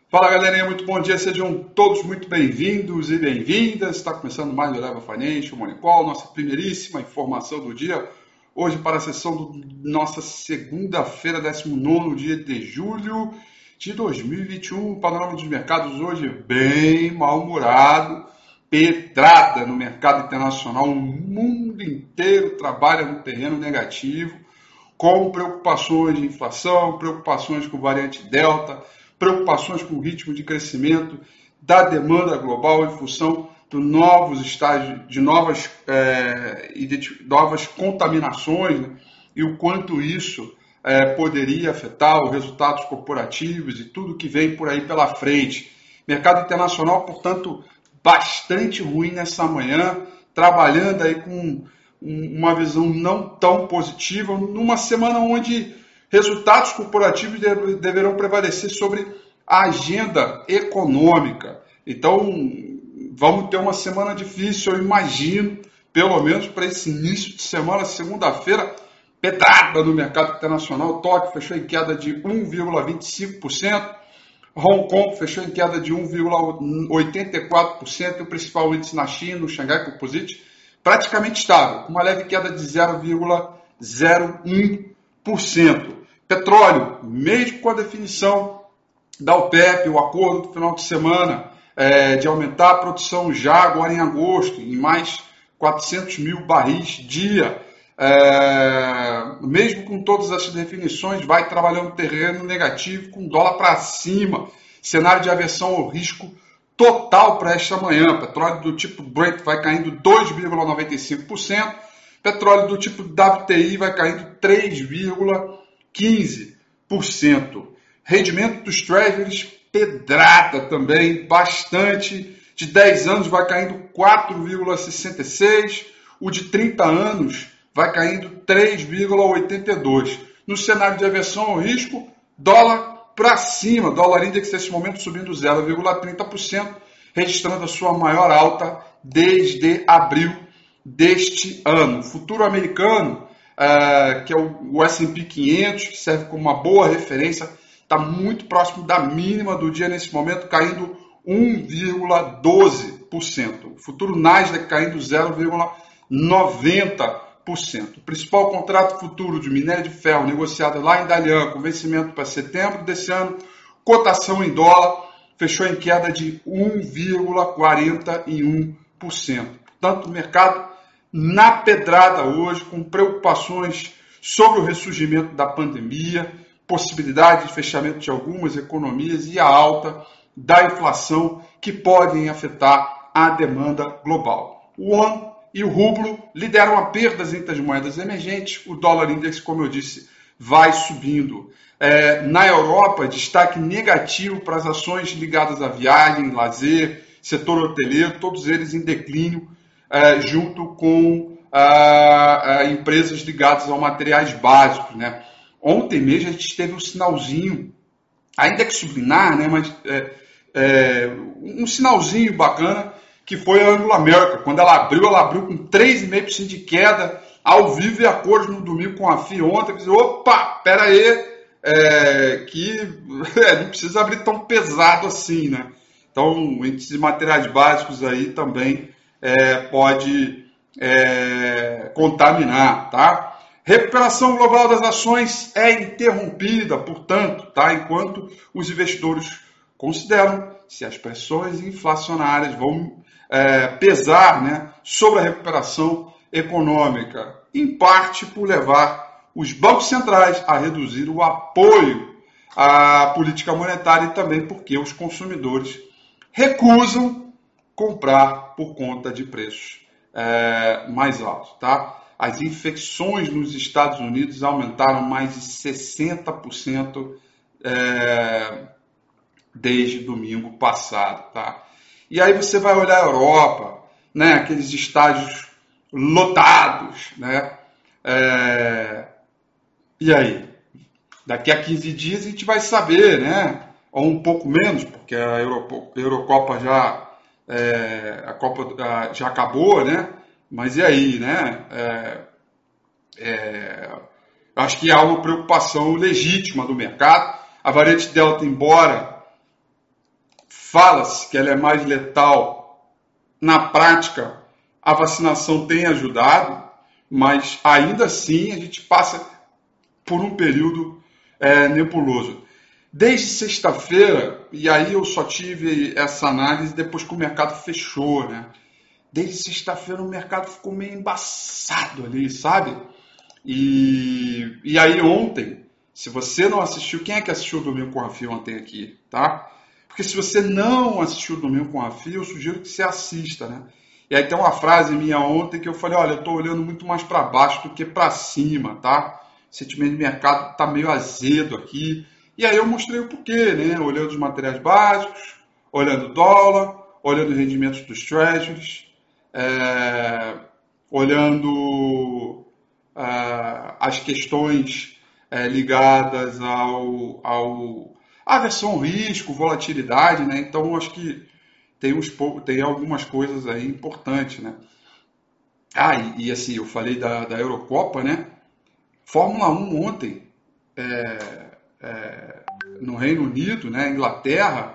Fala galerinha, muito bom dia, sejam todos muito bem-vindos e bem-vindas. Está começando mais o Eleva Financial Morning Call, nossa primeiríssima informação do dia. Hoje para a sessão nossa segunda-feira, 19º dia de julho de 2021. O panorama dos mercados hoje bem mal-humorado, pedrada no mercado internacional. O mundo inteiro trabalha no terreno negativo, com preocupações de inflação, preocupações com variante Delta, preocupações com o ritmo de crescimento da demanda global em função de novos estágios, de novas contaminações, né? E o quanto isso poderia afetar os resultados corporativos e tudo que vem por aí pela frente. Mercado internacional, portanto, bastante ruim nessa manhã, trabalhando aí com uma visão não tão positiva, numa semana onde resultados corporativos deverão prevalecer sobre a agenda econômica. Então, vamos ter uma semana difícil, eu imagino, pelo menos para esse início de semana, segunda-feira, pedrada no mercado internacional. Tóquio fechou em queda de 1,25%, Hong Kong fechou em queda de 1,84%, e o principal índice na China, o Xangai Composite, praticamente estável, com uma leve queda de 0,01%. Petróleo, mesmo com a definição da OPEP, o acordo do final de semana de aumentar a produção já agora em agosto, em mais 400 mil barris dia, mesmo com todas essas definições, vai trabalhando terreno negativo, com dólar para cima, cenário de aversão ao risco total para esta manhã. Petróleo do tipo Brent vai caindo 2,95%, petróleo do tipo WTI vai caindo 3,15%. Rendimento dos Treasuries, pedrada também, bastante. De 10 anos vai caindo 4,66%. O de 30 anos vai caindo 3,82%. No cenário de aversão ao risco, dólar para cima. Dólar index nesse momento subindo 0,30%, registrando a sua maior alta desde abril deste ano. O futuro americano, que é o S&P 500, que serve como uma boa referência, está muito próximo da mínima do dia nesse momento, caindo 1,12%. O futuro Nasdaq caindo 0,90%. O principal contrato futuro de minério de ferro negociado lá em Dalian, com vencimento para setembro desse ano, cotação em dólar, fechou em queda de 1,41%. Portanto, o mercado na pedrada hoje, com preocupações sobre o ressurgimento da pandemia, possibilidade de fechamento de algumas economias e a alta da inflação que podem afetar a demanda global. O yuan e o rublo lideram a perdas entre as moedas emergentes. O dólar index, como eu disse, vai subindo. Na Europa, destaque negativo para as ações ligadas à viagem, lazer, setor hoteleiro, todos eles em declínio, junto com empresas ligadas a materiais básicos, né? Ontem mesmo a gente teve um sinalzinho, ainda que subliminar, né, mas um sinalzinho bacana, que foi a Anglo American. Quando ela abriu com 3,5% de queda, ao vivo e a cores no domingo com a FI ontem. Opa, pera aí, que não precisa abrir tão pesado assim, né? Então, esses materiais básicos aí também pode contaminar, tá? Recuperação global das ações é interrompida, portanto, tá? Enquanto os investidores consideram se as pressões inflacionárias vão pesar, né, sobre a recuperação econômica, em parte por levar os bancos centrais a reduzir o apoio à política monetária e também porque os consumidores recusam comprar por conta de preços mais altos, tá? As infecções nos Estados Unidos aumentaram mais de 60% desde domingo passado, tá? E aí você vai olhar a Europa, né? Aqueles estádios lotados, né? E aí? Daqui a 15 dias a gente vai saber, né? Ou um pouco menos, porque a Eurocopa a Copa já acabou, né? Mas e aí, né? Acho que há uma preocupação legítima do mercado. A variante Delta, embora fala-se que ela é mais letal. Na prática, a vacinação tem ajudado, mas ainda assim a gente passa por um período nebuloso. Desde sexta-feira, e aí eu só tive essa análise depois que o mercado fechou, né? Desde sexta-feira o mercado ficou meio embaçado ali, sabe? E aí ontem, se você não assistiu, quem é que assistiu o Domingo com a Rafi ontem aqui, tá? Porque se você não assistiu o Domingo com a Rafi, eu sugiro que você assista, né? E aí tem uma frase minha ontem que eu falei, olha, eu tô olhando muito mais para baixo do que para cima, tá? O sentimento de mercado tá meio azedo aqui. E aí eu mostrei o porquê, né? Olhando os materiais básicos, olhando o dólar, olhando os rendimentos dos treasuries, olhando as questões ligadas à aversão ao risco, volatilidade, né? Então, acho que tem algumas coisas aí importantes, né? E assim, eu falei da Eurocopa, né? Fórmula 1 ontem, no Reino Unido, né? Inglaterra,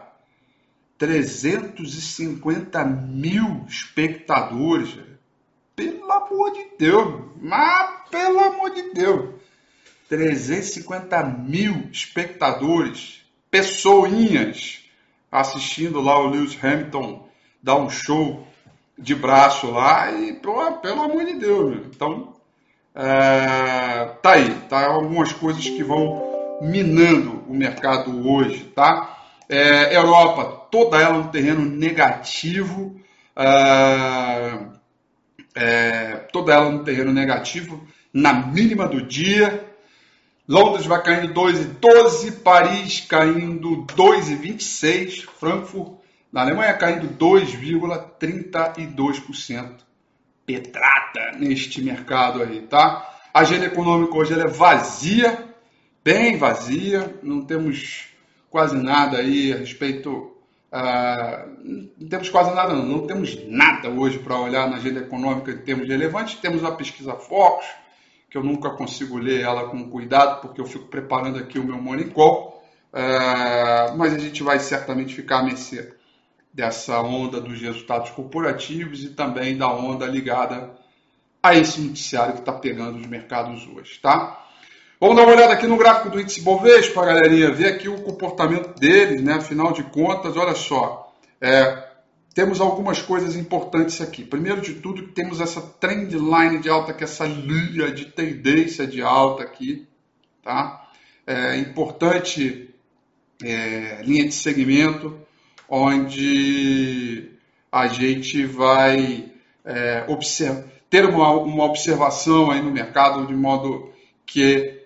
350 mil espectadores. Pelo amor de Deus, mas pelo amor de Deus, 350 mil espectadores, pessoinhas, assistindo lá o Lewis Hamilton dar um show de braço lá e, pelo amor de Deus, meu. Então, tá aí, tá algumas coisas que vão minando o mercado hoje, tá? Europa, toda ela no terreno negativo, toda ela no terreno negativo, na mínima do dia. Londres vai caindo 2,12, Paris caindo 2,26, Frankfurt, na Alemanha, caindo 2,32%. Pedrada neste mercado aí, tá? A agenda econômica hoje ela é vazia, bem vazia, não temos quase nada aí a respeito... não temos quase nada, não temos nada hoje para olhar na agenda econômica em termos relevantes. Temos a pesquisa Focus, que eu nunca consigo ler ela com cuidado, porque eu fico preparando aqui o meu morning call, mas a gente vai certamente ficar à mercê dessa onda dos resultados corporativos e também da onda ligada a esse noticiário que está pegando os mercados hoje, tá? Vamos dar uma olhada aqui no gráfico do índice Bovespa, galerinha, ver aqui o comportamento deles, né? Afinal de contas, olha só, temos algumas coisas importantes aqui. Primeiro de tudo, temos essa trend line de alta, que é essa linha de tendência de alta aqui, tá? Importante linha de segmento, onde a gente vai ter uma observação aí no mercado, de modo que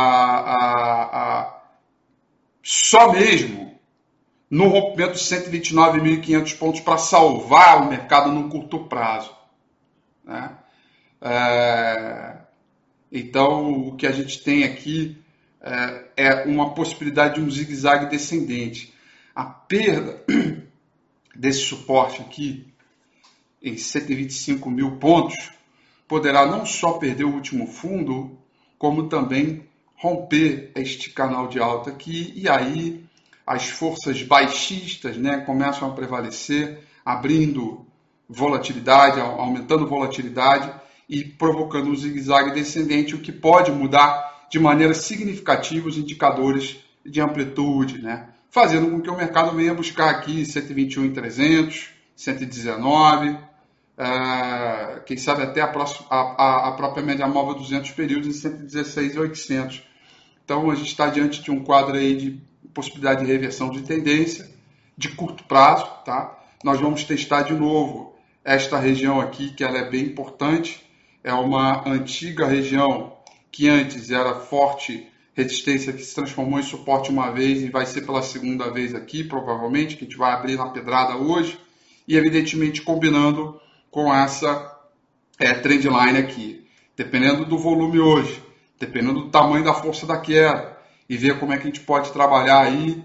só mesmo no rompimento de 129.500 pontos para salvar o mercado no curto prazo, né? Então, o que a gente tem aqui é uma possibilidade de um zigue-zague descendente. A perda desse suporte aqui, em 125 mil pontos, poderá não só perder o último fundo, como também romper este canal de alta aqui, e aí as forças baixistas, né, começam a prevalecer, abrindo volatilidade, aumentando volatilidade e provocando um zigue-zague descendente, o que pode mudar de maneira significativa os indicadores de amplitude, né, fazendo com que o mercado venha buscar aqui 121.300, 119, quem sabe até a própria média móvel 200 períodos em 116.800. Então a gente está diante de um quadro aí de possibilidade de reversão de tendência de curto prazo, tá? Nós vamos testar de novo esta região aqui, que ela é bem importante, é uma antiga região que antes era forte resistência, que se transformou em suporte uma vez e vai ser pela segunda vez aqui, provavelmente, que a gente vai abrir na pedrada hoje, e evidentemente combinando com essa trendline aqui, dependendo do volume hoje, dependendo do tamanho da força da queda, e ver como é que a gente pode trabalhar aí,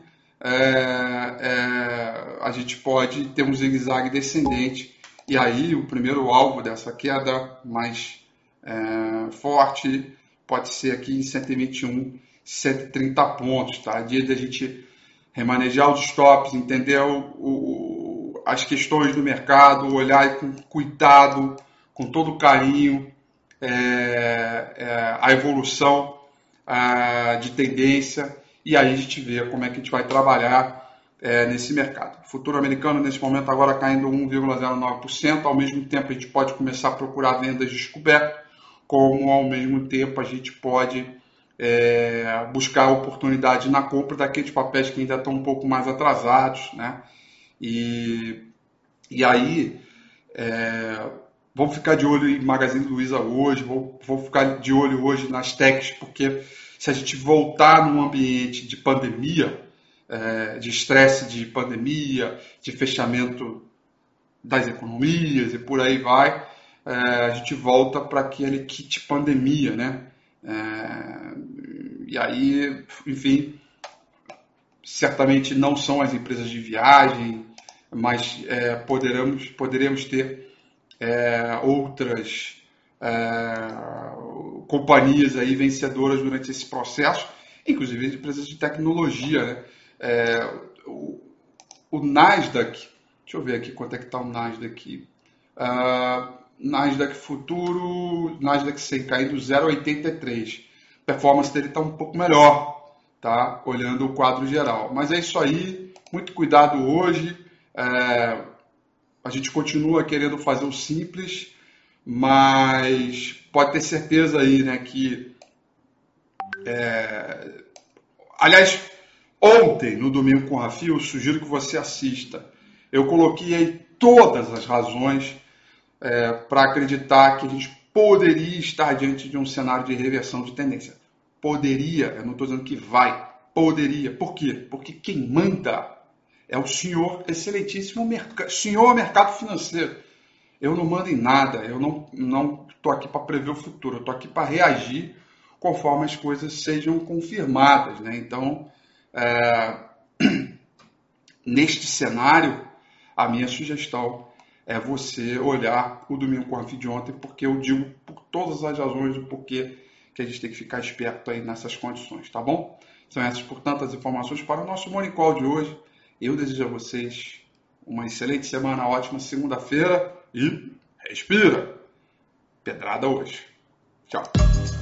a gente pode ter um zigue-zague descendente, e aí o primeiro alvo dessa queda mais forte pode ser aqui em 121, 130 pontos, tá? Dia da gente remanejar os stops, entender as questões do mercado, olhar com cuidado, com todo carinho, a evolução de tendência, e aí a gente vê como é que a gente vai trabalhar nesse mercado. O futuro americano, nesse momento, agora caindo 1,09%, ao mesmo tempo a gente pode começar a procurar vendas descobertas, como ao mesmo tempo a gente pode buscar oportunidade na compra daqueles papéis que ainda estão um pouco mais atrasados, né? E aí, vamos ficar de olho em Magazine Luiza hoje, vou ficar de olho hoje nas techs, porque se a gente voltar num ambiente de pandemia, de estresse de pandemia, de fechamento das economias e por aí vai, a gente volta para aquele kit pandemia, né? E aí, enfim, certamente não são as empresas de viagem, mas poderemos ter outras companhias aí vencedoras durante esse processo, inclusive empresas de tecnologia, né? O Nasdaq, deixa eu ver aqui quanto é que está o Nasdaq. Nasdaq futuro, Nasdaq 100 caindo 0,83. A performance dele está um pouco melhor, tá? Olhando o quadro geral. Mas é isso aí, muito cuidado hoje. A gente continua querendo fazer o simples, mas pode ter certeza aí, né, que... Aliás, ontem, no Domingo com o Rafi, eu sugiro que você assista. Eu coloquei aí todas as razões para acreditar que a gente poderia estar diante de um cenário de reversão de tendência. Poderia, eu não estou dizendo que vai, poderia. Por quê? Porque quem manda é o senhor excelentíssimo senhor mercado financeiro. Eu não mando em nada, eu não estou aqui para prever o futuro, eu estou aqui para reagir conforme as coisas sejam confirmadas, né? Então, neste cenário, a minha sugestão é você olhar o Domingo com a Rafi de ontem, porque eu digo por todas as razões do porquê que a gente tem que ficar esperto aí nessas condições, tá bom? São essas, portanto, as informações para o nosso Morning Call de hoje. Eu desejo a vocês uma excelente semana, ótima segunda-feira e respira! Pedrada hoje. Tchau!